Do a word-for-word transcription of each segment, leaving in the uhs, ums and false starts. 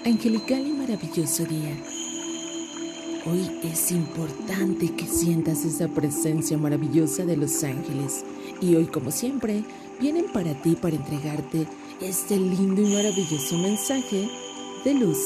Angelical y maravilloso día. Hoy es importante que sientas esa presencia maravillosa de los ángeles. Y hoy, como siempre, vienen para ti para entregarte este lindo y maravilloso mensaje de luz.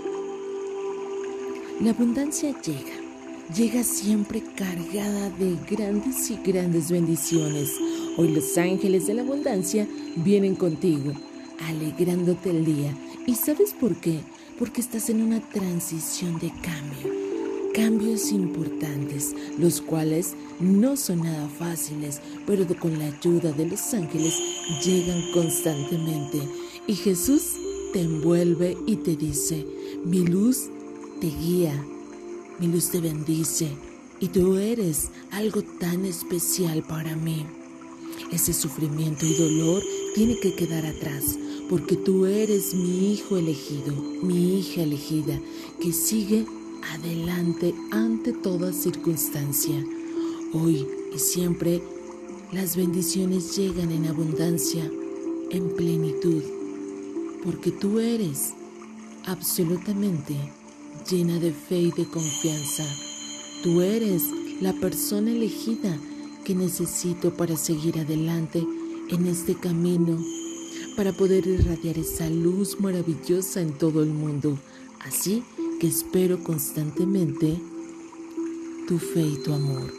La abundancia llega. Llega siempre cargada de grandes y grandes bendiciones. Hoy los ángeles de la abundancia vienen contigo, alegrándote el día. ¿Y sabes por qué? Porque estás en una transición de cambio. Cambios importantes, los cuales no son nada fáciles, pero con la ayuda de los ángeles llegan constantemente. Y Jesús te envuelve y te dice: mi luz te guía, mi luz te bendice, y tú eres algo tan especial para mí. Ese sufrimiento y dolor tiene que quedar atrás, porque tú eres mi hijo elegido, mi hija elegida, que sigue adelante ante toda circunstancia. Hoy y siempre las bendiciones llegan en abundancia, en plenitud, porque tú eres absolutamente llena de fe y de confianza. Tú eres la persona elegida que necesito para seguir adelante en este camino, para poder irradiar esa luz maravillosa en todo el mundo. Así que espero constantemente tu fe y tu amor.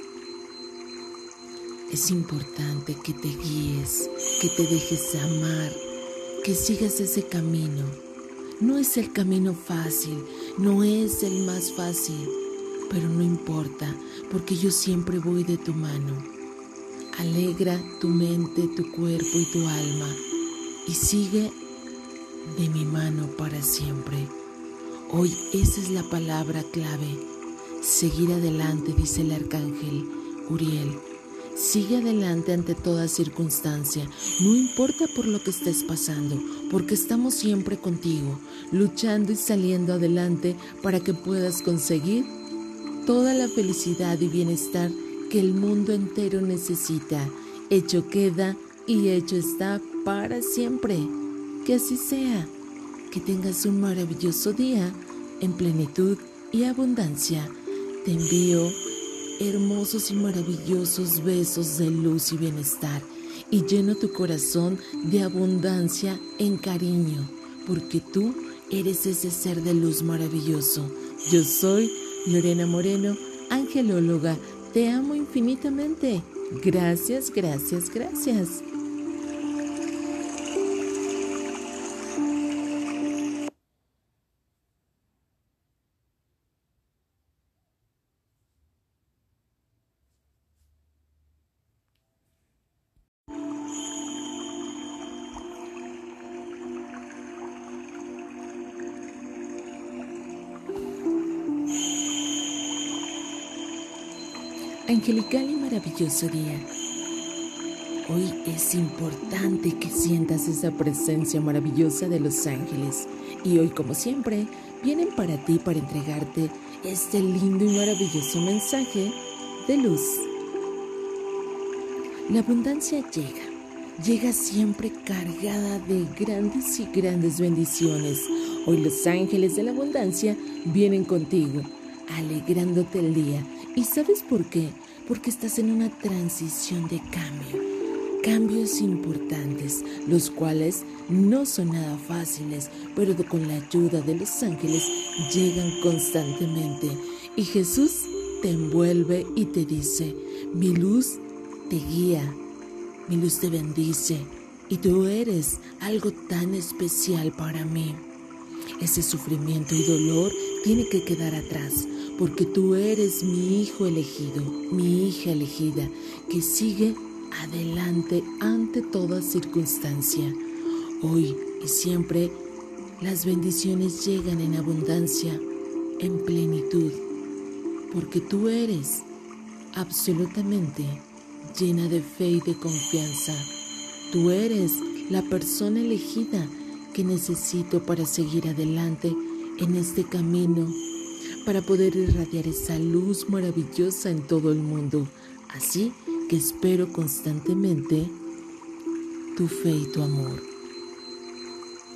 Es importante que te guíes, que te dejes amar, que sigas ese camino. No es el camino fácil, no es el más fácil, pero no importa, porque yo siempre voy de tu mano. Alegra tu mente, tu cuerpo y tu alma, y sigue de mi mano para siempre. Hoy esa es la palabra clave: seguir adelante, dice el arcángel Uriel. Sigue adelante ante toda circunstancia, no importa por lo que estés pasando, porque estamos siempre contigo, luchando y saliendo adelante para que puedas conseguir toda la felicidad y bienestar que el mundo entero necesita. Hecho queda y hecho está para siempre. Que así sea. Que tengas un maravilloso día en plenitud y abundancia. Te envío hermosos y maravillosos besos de luz y bienestar, y lleno tu corazón de abundancia en cariño, porque tú eres ese ser de luz maravilloso. Yo soy Lorena Moreno, angelóloga. Te amo infinitamente. Gracias, gracias, gracias. Angelical y maravilloso día. Hoy es importante que sientas esa presencia maravillosa de los ángeles. Y hoy, como siempre, vienen para ti para entregarte este lindo y maravilloso mensaje de luz. La abundancia llega. Llega siempre cargada de grandes y grandes bendiciones. Hoy los ángeles de la abundancia vienen contigo, alegrándote el día. ¿Y sabes por qué? Porque estás en una transición de cambio. Cambios importantes, los cuales no son nada fáciles, pero con la ayuda de los ángeles llegan constantemente. Y Jesús te envuelve y te dice: mi luz te guía, mi luz te bendice, y tú eres algo tan especial para mí. Ese sufrimiento y dolor tiene que quedar atrás, porque tú eres mi hijo elegido, mi hija elegida, que sigue adelante ante toda circunstancia. Hoy y siempre las bendiciones llegan en abundancia, en plenitud, porque tú eres absolutamente llena de fe y de confianza. Tú eres la persona elegida que necesito para seguir adelante en este camino, para poder irradiar esa luz maravillosa en todo el mundo. Así que espero constantemente tu fe y tu amor.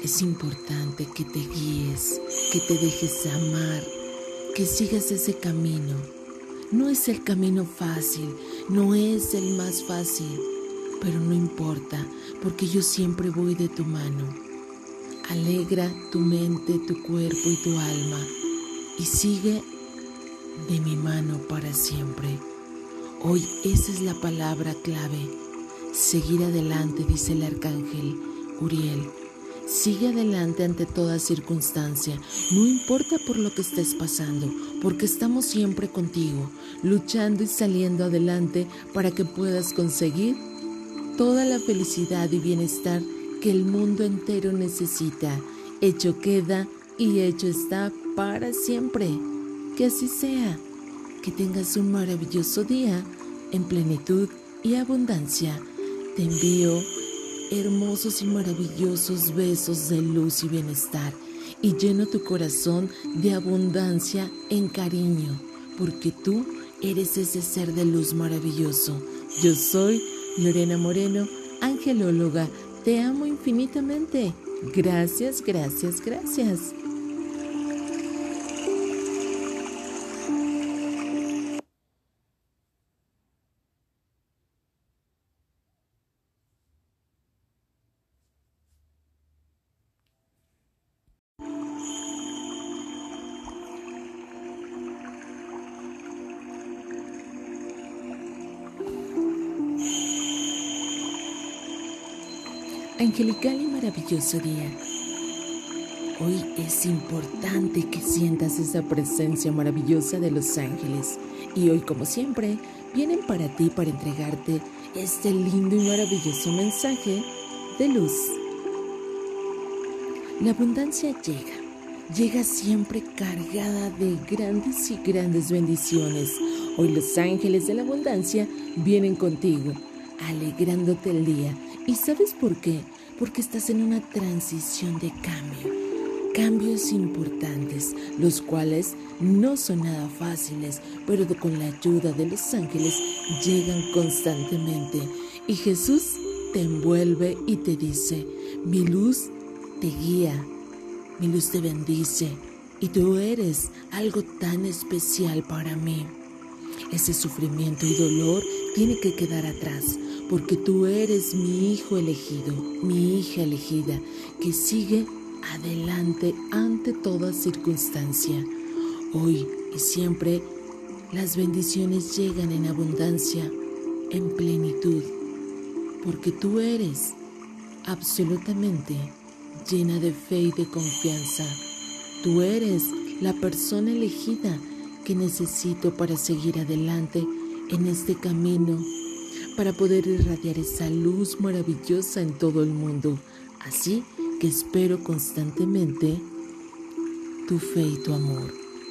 Es importante que te guíes, que te dejes amar, que sigas ese camino. No es el camino fácil, no es el más fácil, pero no importa, porque yo siempre voy de tu mano. Alegra tu mente, tu cuerpo y tu alma y sigue de mi mano para siempre. Hoy esa es la palabra clave. Seguir adelante, dice el arcángel Uriel. Sigue adelante ante toda circunstancia, no importa por lo que estés pasando, porque estamos siempre contigo, luchando y saliendo adelante para que puedas conseguir toda la felicidad y bienestar que el mundo entero necesita. Hecho queda y hecho está para siempre. Que así sea. Que tengas un maravilloso día en plenitud y abundancia. Te envío hermosos y maravillosos besos de luz y bienestar y lleno tu corazón de abundancia en cariño, porque tú eres ese ser de luz maravilloso. Yo soy Lorena Moreno, angelóloga. Te amo infinitamente. Gracias, gracias, gracias. Angelical y maravilloso día. Hoy es importante que sientas esa presencia maravillosa de los ángeles. Y hoy, como siempre, vienen para ti para entregarte este lindo y maravilloso mensaje de luz. La abundancia llega. Llega siempre cargada de grandes y grandes bendiciones. Hoy los ángeles de la abundancia vienen contigo, alegrándote el día. ¿Y sabes por qué? Porque estás en una transición de cambio. Cambios importantes, los cuales no son nada fáciles, pero con la ayuda de los ángeles llegan constantemente. Y Jesús te envuelve y te dice: mi luz te guía, mi luz te bendice, y tú eres algo tan especial para mí. Ese sufrimiento y dolor tiene que quedar atrás, porque tú eres mi hijo elegido, mi hija elegida, que sigue adelante ante toda circunstancia. Hoy y siempre las bendiciones llegan en abundancia, en plenitud, porque tú eres absolutamente llena de fe y de confianza. Tú eres la persona elegida que necesito para seguir adelante en este camino, para poder irradiar esa luz maravillosa en todo el mundo. Así que espero constantemente tu fe y tu amor.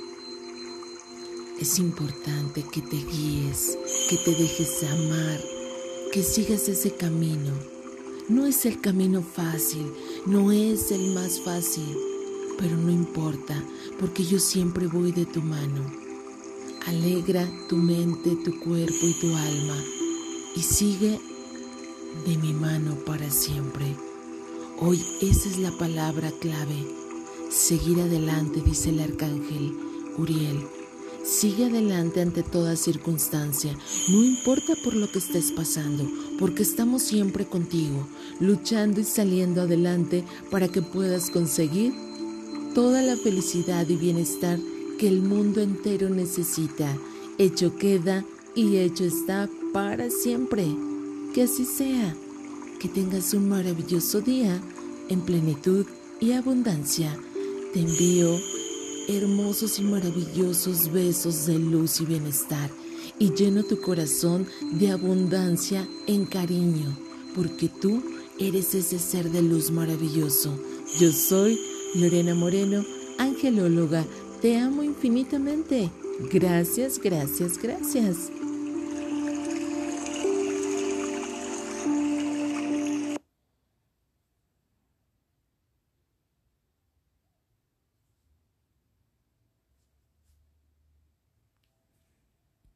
Es importante que te guíes, que te dejes amar, que sigas ese camino. No es el camino fácil, no es el más fácil, pero no importa, porque yo siempre voy de tu mano. Alegra tu mente, tu cuerpo y tu alma y sigue de mi mano para siempre. Hoy esa es la palabra clave. Seguir adelante, dice el arcángel Uriel. Sigue adelante ante toda circunstancia, no importa por lo que estés pasando, porque estamos siempre contigo, luchando y saliendo adelante para que puedas conseguir toda la felicidad y bienestar que el mundo entero necesita. Hecho queda y hecho está para siempre. Que así sea. Que tengas un maravilloso día en plenitud y abundancia. Te envío hermosos y maravillosos besos de luz y bienestar y lleno tu corazón de abundancia en cariño, porque tú eres ese ser de luz maravilloso. Yo soy Lorena Moreno, angelóloga. Te amo infinitamente. Gracias, gracias, gracias.